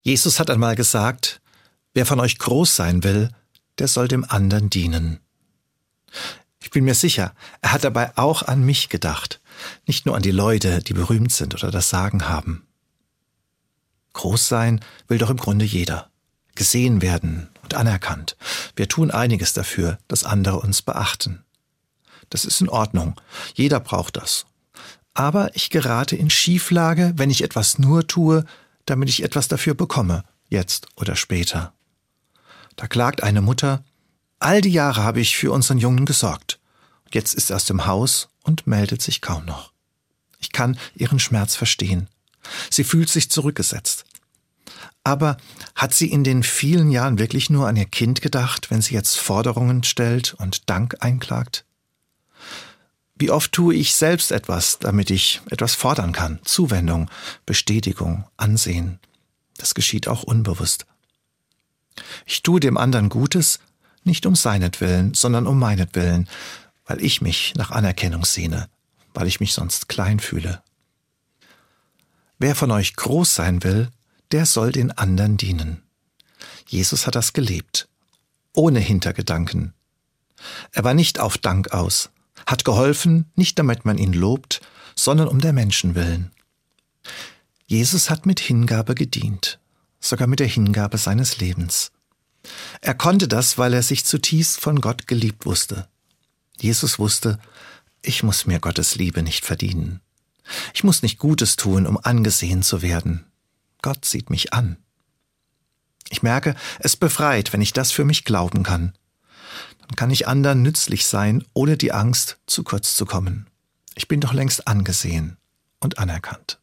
Jesus hat einmal gesagt, wer von euch groß sein will, der soll dem anderen dienen. Ich bin mir sicher, er hat dabei auch an mich gedacht, nicht nur an die Leute, die berühmt sind oder das Sagen haben. Groß sein will doch im Grunde jeder. Gesehen werden und anerkannt. Wir tun einiges dafür, dass andere uns beachten. Das ist in Ordnung. Jeder braucht das. Aber ich gerate in Schieflage, wenn ich etwas nur tue, damit ich etwas dafür bekomme, jetzt oder später. Da klagt eine Mutter: All die Jahre habe ich für unseren Jungen gesorgt. Jetzt ist er aus dem Haus und meldet sich kaum noch. Ich kann ihren Schmerz verstehen. Sie fühlt sich zurückgesetzt. Aber hat sie in den vielen Jahren wirklich nur an ihr Kind gedacht, wenn sie jetzt Forderungen stellt und Dank einklagt? Wie oft tue ich selbst etwas, damit ich etwas fordern kann? Zuwendung, Bestätigung, Ansehen. Das geschieht auch unbewusst. Ich tue dem anderen Gutes, nicht um seinetwillen, sondern um meinetwillen, weil ich mich nach Anerkennung sehne, weil ich mich sonst klein fühle. Wer von euch groß sein will, der soll den anderen dienen. Jesus hat das gelebt, ohne Hintergedanken. Er war nicht auf Dank aus, hat geholfen, nicht damit man ihn lobt, sondern um der Menschen willen. Jesus hat mit Hingabe gedient, sogar mit der Hingabe seines Lebens. Er konnte das, weil er sich zutiefst von Gott geliebt wusste. Jesus wusste, ich muss mir Gottes Liebe nicht verdienen. Ich muss nicht Gutes tun, um angesehen zu werden. Gott sieht mich an. Ich merke, es befreit, wenn ich das für mich glauben kann. Dann kann ich anderen nützlich sein, ohne die Angst, zu kurz zu kommen. Ich bin doch längst angesehen und anerkannt.